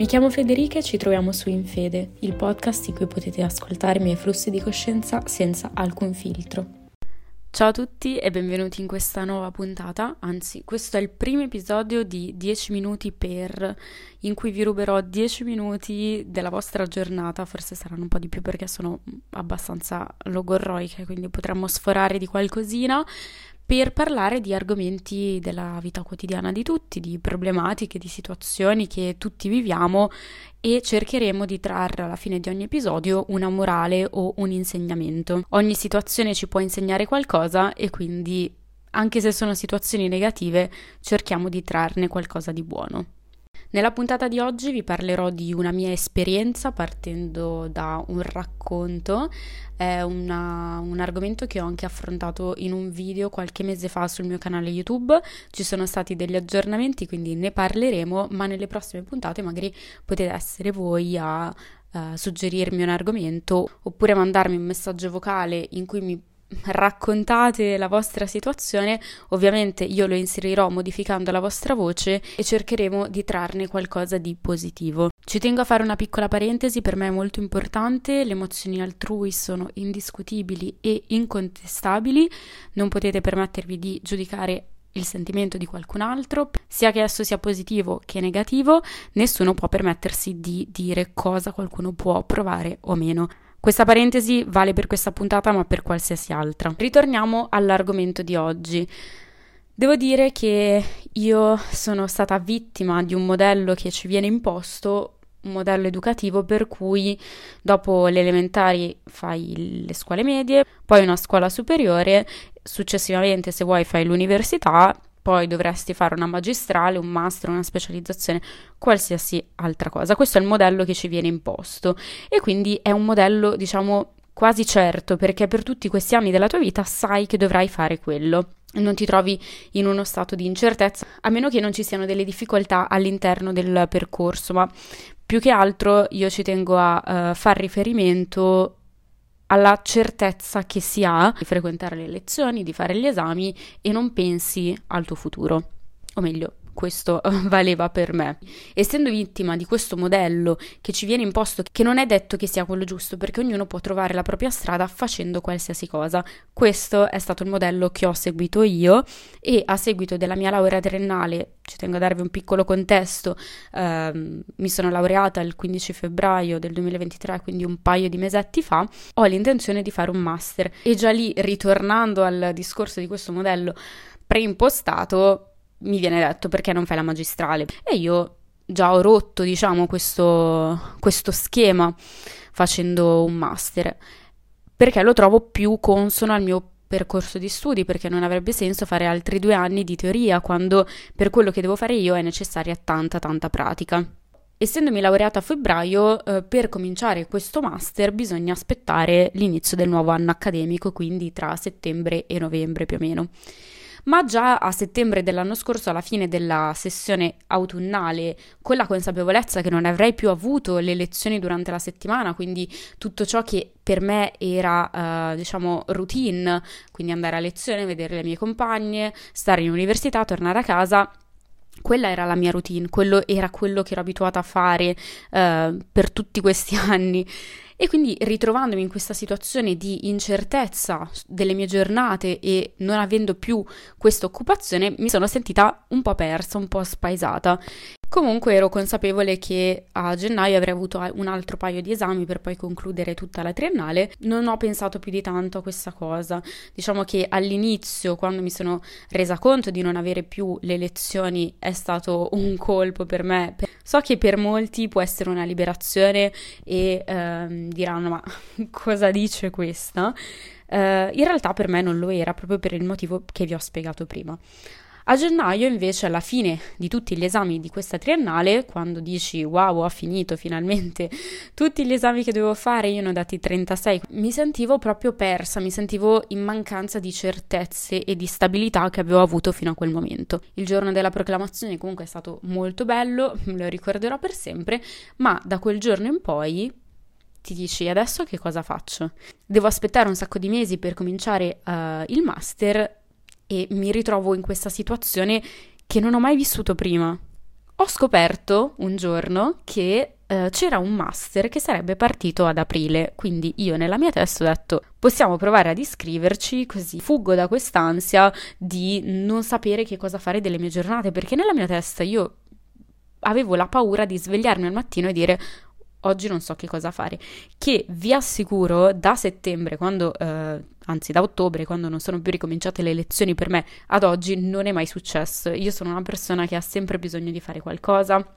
Mi chiamo Federica e ci troviamo su Infede, il podcast in cui potete ascoltare i miei flussi di coscienza senza alcun filtro. Ciao a tutti e benvenuti in questa nuova puntata, anzi questo è il primo episodio di 10 minuti in cui vi ruberò 10 minuti della vostra giornata, forse saranno un po' di più perché sono abbastanza logorroica, quindi potremmo sforare di qualcosina, per parlare di argomenti della vita quotidiana di tutti, di problematiche, di situazioni che tutti viviamo e cercheremo di trarre alla fine di ogni episodio una morale o un insegnamento. Ogni situazione ci può insegnare qualcosa e quindi, anche se sono situazioni negative, cerchiamo di trarne qualcosa di buono. Nella puntata di oggi vi parlerò di una mia esperienza partendo da un racconto, è un argomento che ho anche affrontato in un video qualche mese fa sul mio canale YouTube, ci sono stati degli aggiornamenti quindi ne parleremo, ma nelle prossime puntate magari potete essere voi a suggerirmi un argomento oppure mandarmi un messaggio vocale in cui mi raccontate la vostra situazione. Ovviamente io lo inserirò modificando la vostra voce e cercheremo di trarne qualcosa di positivo. Ci tengo a fare una piccola parentesi, per me è molto importante, le emozioni altrui sono indiscutibili e incontestabili, non potete permettervi di giudicare il sentimento di qualcun altro, sia che esso sia positivo che negativo, nessuno può permettersi di dire cosa qualcuno può provare o meno. Questa parentesi vale per questa puntata, ma per qualsiasi altra. Ritorniamo all'argomento di oggi. Devo dire che io sono stata vittima di un modello che ci viene imposto, un modello educativo per cui dopo le elementari fai le scuole medie, poi una scuola superiore, successivamente se vuoi fai l'università, poi dovresti fare una magistrale, un master, una specializzazione, qualsiasi altra cosa. Questo è il modello che ci viene imposto e quindi è un modello, diciamo, quasi certo, perché per tutti questi anni della tua vita sai che dovrai fare quello. Non ti trovi in uno stato di incertezza, a meno che non ci siano delle difficoltà all'interno del percorso, ma più che altro io ci tengo a far riferimento alla certezza che si ha di frequentare le lezioni, di fare gli esami e non pensi al tuo futuro, o meglio, questo valeva per me. Essendo vittima di questo modello che ci viene imposto, che non è detto che sia quello giusto, perché ognuno può trovare la propria strada facendo qualsiasi cosa. Questo è stato il modello che ho seguito io e a seguito della mia laurea triennale, ci tengo a darvi un piccolo contesto, mi sono laureata il 15 febbraio del 2023, quindi un paio di mesetti fa, ho l'intenzione di fare un master e già lì, ritornando al discorso di questo modello preimpostato, mi viene detto perché non fai la magistrale e io già ho rotto, diciamo, questo schema facendo un master perché lo trovo più consono al mio percorso di studi, perché non avrebbe senso fare altri 2 anni di teoria quando per quello che devo fare io è necessaria tanta pratica. Essendomi laureata a febbraio, per cominciare questo master bisogna aspettare l'inizio del nuovo anno accademico, quindi tra settembre e novembre più o meno. Ma già a settembre dell'anno scorso, alla fine della sessione autunnale, con la consapevolezza che non avrei più avuto le lezioni durante la settimana, quindi tutto ciò che per me era, diciamo, routine, quindi andare a lezione, vedere le mie compagne, stare in università, tornare a casa, quella era la mia routine, quello era quello che ero abituata a fare per tutti questi anni. E quindi ritrovandomi in questa situazione di incertezza delle mie giornate e non avendo più questa occupazione, mi sono sentita un po' persa, un po' spaesata. Comunque ero consapevole che a gennaio avrei avuto un altro paio di esami per poi concludere tutta la triennale. Non ho pensato più di tanto a questa cosa. Diciamo che all'inizio, quando mi sono resa conto di non avere più le lezioni, è stato un colpo per me. So che per molti può essere una liberazione e diranno: ma cosa dice questa? In realtà per me non lo era, proprio per il motivo che vi ho spiegato prima. A gennaio invece, alla fine di tutti gli esami di questa triennale, quando dici wow, ho finito finalmente tutti gli esami che dovevo fare, io ne ho dati 36, mi sentivo proprio persa, mi sentivo in mancanza di certezze e di stabilità che avevo avuto fino a quel momento. Il giorno della proclamazione comunque è stato molto bello, me lo ricorderò per sempre, ma da quel giorno in poi ti dici: adesso che cosa faccio? Devo aspettare un sacco di mesi per cominciare il master e mi ritrovo in questa situazione che non ho mai vissuto prima. ho scoperto un giorno che c'era un master che sarebbe partito ad aprile, quindi io nella mia testa ho detto possiamo provare ad iscriverci, così fuggo da quest'ansia di non sapere che cosa fare delle mie giornate, perché nella mia testa io avevo la paura di svegliarmi al mattino e dire oggi non so che cosa fare, che vi assicuro da settembre, anzi da ottobre, quando non sono più ricominciate le lezioni per me, ad oggi non è mai successo. Io sono una persona che ha sempre bisogno di fare qualcosa,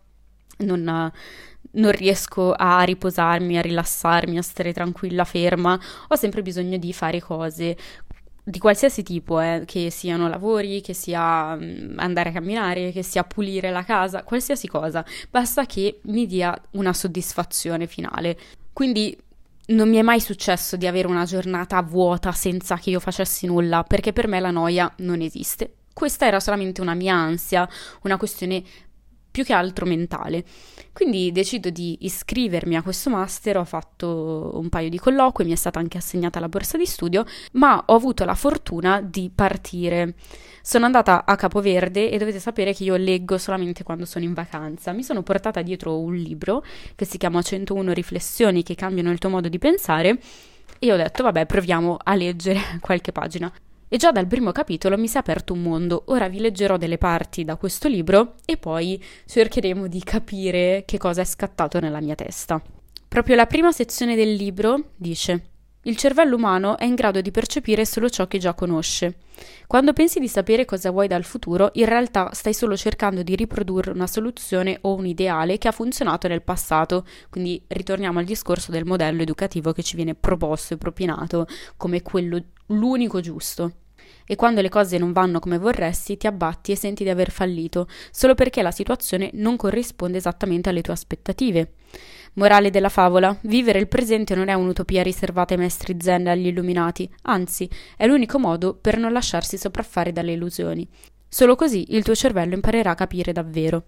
non riesco a riposarmi, a rilassarmi, a stare tranquilla, ferma, ho sempre bisogno di fare cose di qualsiasi tipo, che siano lavori, che sia andare a camminare, che sia pulire la casa, qualsiasi cosa, basta che mi dia una soddisfazione finale. Quindi non mi è mai successo di avere una giornata vuota senza che io facessi nulla, perché per me la noia non esiste. Questa era solamente una mia ansia, una questione più che altro mentale. Quindi decido di iscrivermi a questo master, ho fatto un paio di colloqui, mi è stata anche assegnata la borsa di studio, ma ho avuto la fortuna di partire. Sono andata a Capoverde e dovete sapere che io leggo solamente quando sono in vacanza. Mi sono portata dietro un libro che si chiama 101 riflessioni che cambiano il tuo modo di pensare e ho detto vabbè, proviamo a leggere qualche pagina. E già dal primo capitolo mi si è aperto un mondo. Ora vi leggerò delle parti da questo libro e poi cercheremo di capire che cosa è scattato nella mia testa. Proprio la prima sezione del libro dice: il cervello umano è in grado di percepire solo ciò che già conosce. Quando pensi di sapere cosa vuoi dal futuro, in realtà stai solo cercando di riprodurre una soluzione o un ideale che ha funzionato nel passato. Quindi ritorniamo al discorso del modello educativo che ci viene proposto e propinato come quello l'unico giusto. E quando le cose non vanno come vorresti, ti abbatti e senti di aver fallito, solo perché la situazione non corrisponde esattamente alle tue aspettative. Morale della favola: vivere il presente non è un'utopia riservata ai maestri zen e agli illuminati, anzi, è l'unico modo per non lasciarsi sopraffare dalle illusioni. Solo così il tuo cervello imparerà a capire davvero.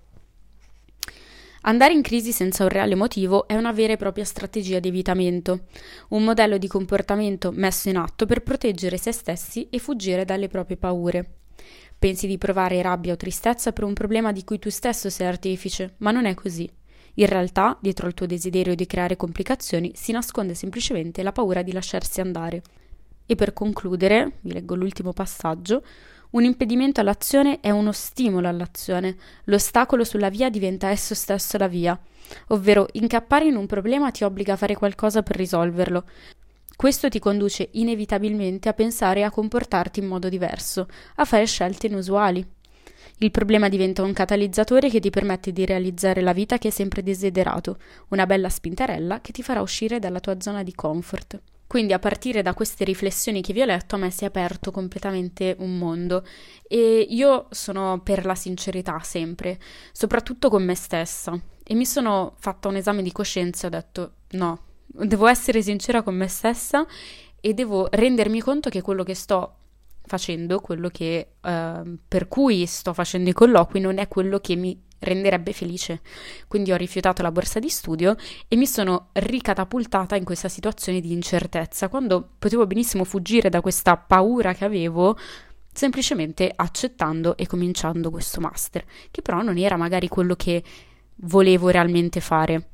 Andare in crisi senza un reale motivo è una vera e propria strategia di evitamento, un modello di comportamento messo in atto per proteggere se stessi e fuggire dalle proprie paure. Pensi di provare rabbia o tristezza per un problema di cui tu stesso sei artefice, ma non è così. In realtà, dietro al tuo desiderio di creare complicazioni, si nasconde semplicemente la paura di lasciarsi andare. E per concludere, vi leggo l'ultimo passaggio: un impedimento all'azione è uno stimolo all'azione. L'ostacolo sulla via diventa esso stesso la via. Ovvero, incappare in un problema ti obbliga a fare qualcosa per risolverlo. Questo ti conduce inevitabilmente a pensare e a comportarti in modo diverso, a fare scelte inusuali. Il problema diventa un catalizzatore che ti permette di realizzare la vita che hai sempre desiderato, una bella spintarella che ti farà uscire dalla tua zona di comfort. Quindi a partire da queste riflessioni che vi ho letto a me si è aperto completamente un mondo e io sono per la sincerità sempre, soprattutto con me stessa, e mi sono fatta un esame di coscienza e ho detto no, devo essere sincera con me stessa e devo rendermi conto che quello che sto facendo, quello che per cui sto facendo i colloqui non è quello che mi renderebbe felice. Quindi ho rifiutato la borsa di studio e mi sono ricatapultata in questa situazione di incertezza, quando potevo benissimo fuggire da questa paura che avevo semplicemente accettando e cominciando questo master, che però non era magari quello che volevo realmente fare.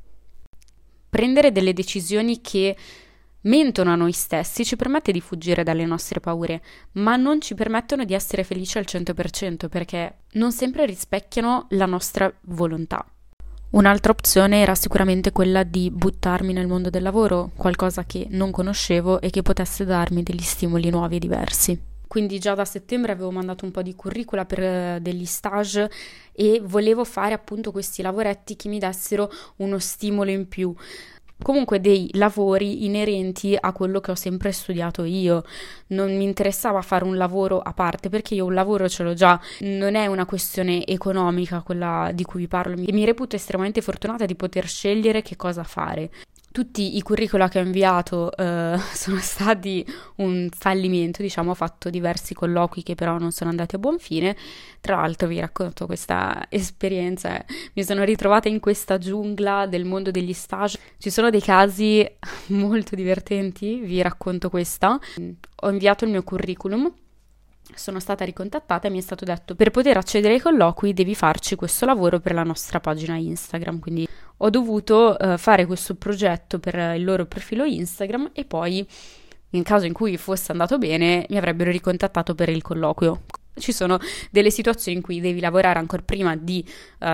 Prendere delle decisioni che mentono a noi stessi ci permette di fuggire dalle nostre paure, ma non ci permettono di essere felici al 100% perché non sempre rispecchiano la nostra volontà. Un'altra opzione era sicuramente quella di buttarmi nel mondo del lavoro, qualcosa che non conoscevo e che potesse darmi degli stimoli nuovi e diversi. Quindi già da settembre avevo mandato un po' di curricula per degli stage e volevo fare appunto questi lavoretti che mi dessero uno stimolo in più. Comunque dei lavori inerenti a quello che ho sempre studiato io. Non mi interessava fare un lavoro a parte perché io un lavoro ce l'ho già, non è una questione economica quella di cui vi parlo e mi reputo estremamente fortunata di poter scegliere che cosa fare. Tutti i curricula che ho inviato sono stati un fallimento, diciamo, ho fatto diversi colloqui che però non sono andati a buon fine. Tra l'altro vi racconto questa esperienza, mi sono ritrovata in questa giungla del mondo degli stage. Ci sono dei casi molto divertenti, vi racconto questa. Ho inviato il mio curriculum sono stata ricontattata e mi è stato detto: per poter accedere ai colloqui devi farci questo lavoro per la nostra pagina Instagram. Quindi ho dovuto fare questo progetto per il loro profilo Instagram e poi, in caso in cui fosse andato bene, mi avrebbero ricontattato per il colloquio. Ci sono delle situazioni in cui devi lavorare ancora prima di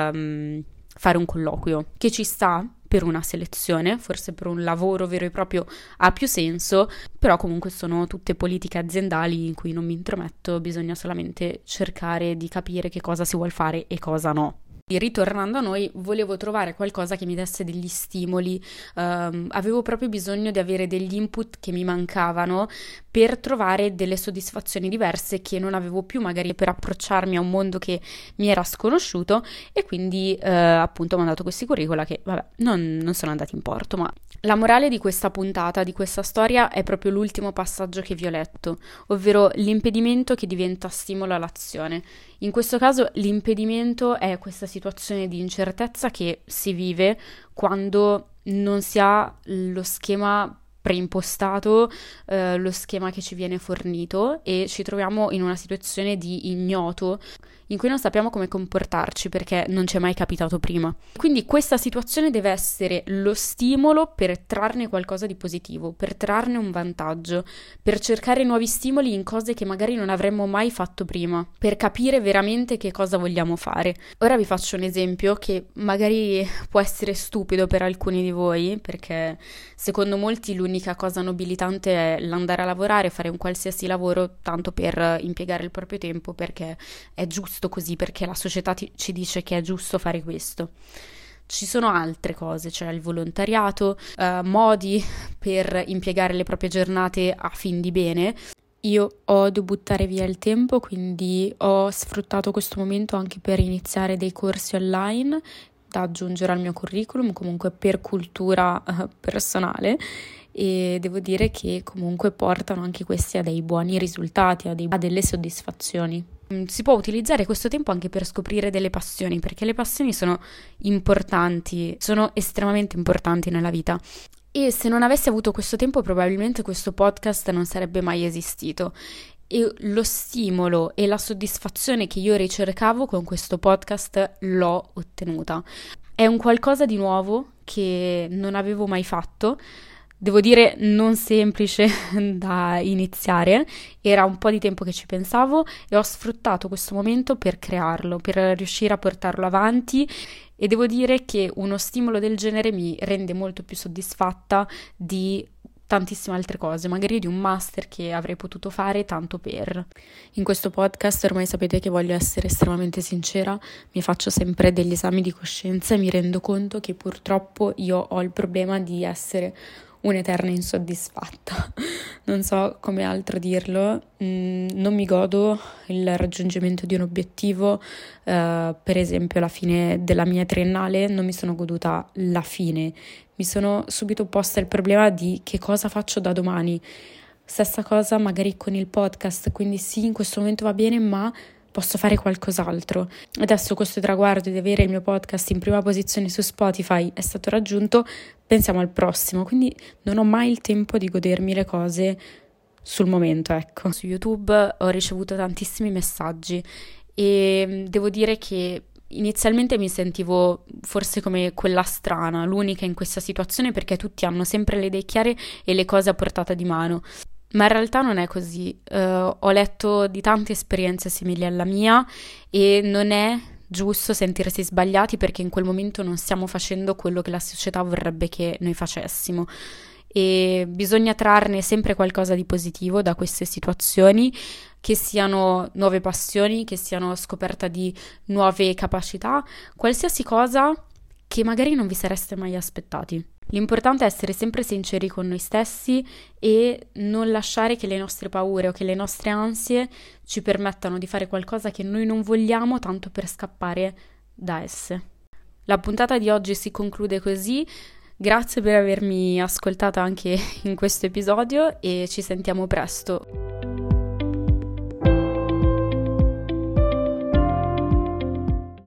fare un colloquio, che ci sta per una selezione, forse per un lavoro vero e proprio ha più senso, però comunque sono tutte politiche aziendali in cui non mi intrometto, bisogna solamente cercare di capire che cosa si vuol fare e cosa no. Ritornando a noi, volevo trovare qualcosa che mi desse degli stimoli, avevo proprio bisogno di avere degli input che mi mancavano per trovare delle soddisfazioni diverse che non avevo più, magari per approcciarmi a un mondo che mi era sconosciuto, e quindi appunto ho mandato questi curricula che vabbè non sono andati in porto. Ma la morale di questa puntata, di questa storia, è proprio l'ultimo passaggio che vi ho letto, ovvero l'impedimento che diventa stimolo all'azione. In questo caso l'impedimento è questa situazione di incertezza che si vive quando non si ha lo schema preimpostato, lo schema che ci viene fornito, e ci troviamo in una situazione di ignoto in cui non sappiamo come comportarci perché non ci è mai capitato prima. Quindi questa situazione deve essere lo stimolo per trarne qualcosa di positivo, per trarne un vantaggio, per cercare nuovi stimoli in cose che magari non avremmo mai fatto prima, per capire veramente che cosa vogliamo fare. Ora vi faccio un esempio che magari può essere stupido per alcuni di voi, perché secondo molti l'unica cosa nobilitante è l'andare a lavorare, fare un qualsiasi lavoro tanto per impiegare il proprio tempo, perché è giusto così, perché la società ci dice che è giusto fare questo. Ci sono altre cose, cioè il volontariato, modi per impiegare le proprie giornate a fin di bene. Io odio buttare via il tempo, quindi ho sfruttato questo momento anche per iniziare dei corsi online da aggiungere al mio curriculum, comunque per cultura personale, e devo dire che comunque portano anche questi a dei buoni risultati, a delle soddisfazioni. Si può utilizzare questo tempo anche per scoprire delle passioni, perché le passioni sono importanti, sono estremamente importanti nella vita. E se non avessi avuto questo tempo, probabilmente questo podcast non sarebbe mai esistito. E lo stimolo e la soddisfazione che io ricercavo con questo podcast l'ho ottenuta. È un qualcosa di nuovo che non avevo mai fatto. Devo dire non semplice da iniziare, era un po' di tempo che ci pensavo e ho sfruttato questo momento per crearlo, per riuscire a portarlo avanti, e devo dire che uno stimolo del genere mi rende molto più soddisfatta di tantissime altre cose, magari di un master che avrei potuto fare tanto per. In questo podcast ormai sapete che voglio essere estremamente sincera, mi faccio sempre degli esami di coscienza e mi rendo conto che purtroppo io ho il problema di essere un'eterna insoddisfatta. Non so come altro dirlo, non mi godo il raggiungimento di un obiettivo, per esempio la fine della mia triennale non mi sono goduta la fine, mi sono subito posta il problema di che cosa faccio da domani. Stessa cosa magari con il podcast, quindi sì, in questo momento va bene, ma posso fare qualcos'altro. Adesso questo traguardo di avere il mio podcast in prima posizione su Spotify è stato raggiunto, pensiamo al prossimo, quindi non ho mai il tempo di godermi le cose sul momento, ecco. Su YouTube ho ricevuto tantissimi messaggi e devo dire che inizialmente mi sentivo forse come quella strana, l'unica in questa situazione, perché tutti hanno sempre le idee chiare e le cose a portata di mano. Ma in realtà non è così, ho letto di tante esperienze simili alla mia e non è giusto sentirsi sbagliati perché in quel momento non stiamo facendo quello che la società vorrebbe che noi facessimo, e bisogna trarne sempre qualcosa di positivo da queste situazioni, che siano nuove passioni, che siano scoperta di nuove capacità, qualsiasi cosa che magari non vi sareste mai aspettati. L'importante è essere sempre sinceri con noi stessi e non lasciare che le nostre paure o che le nostre ansie ci permettano di fare qualcosa che noi non vogliamo tanto per scappare da esse. La puntata di oggi si conclude così. Grazie per avermi ascoltata anche in questo episodio e ci sentiamo presto.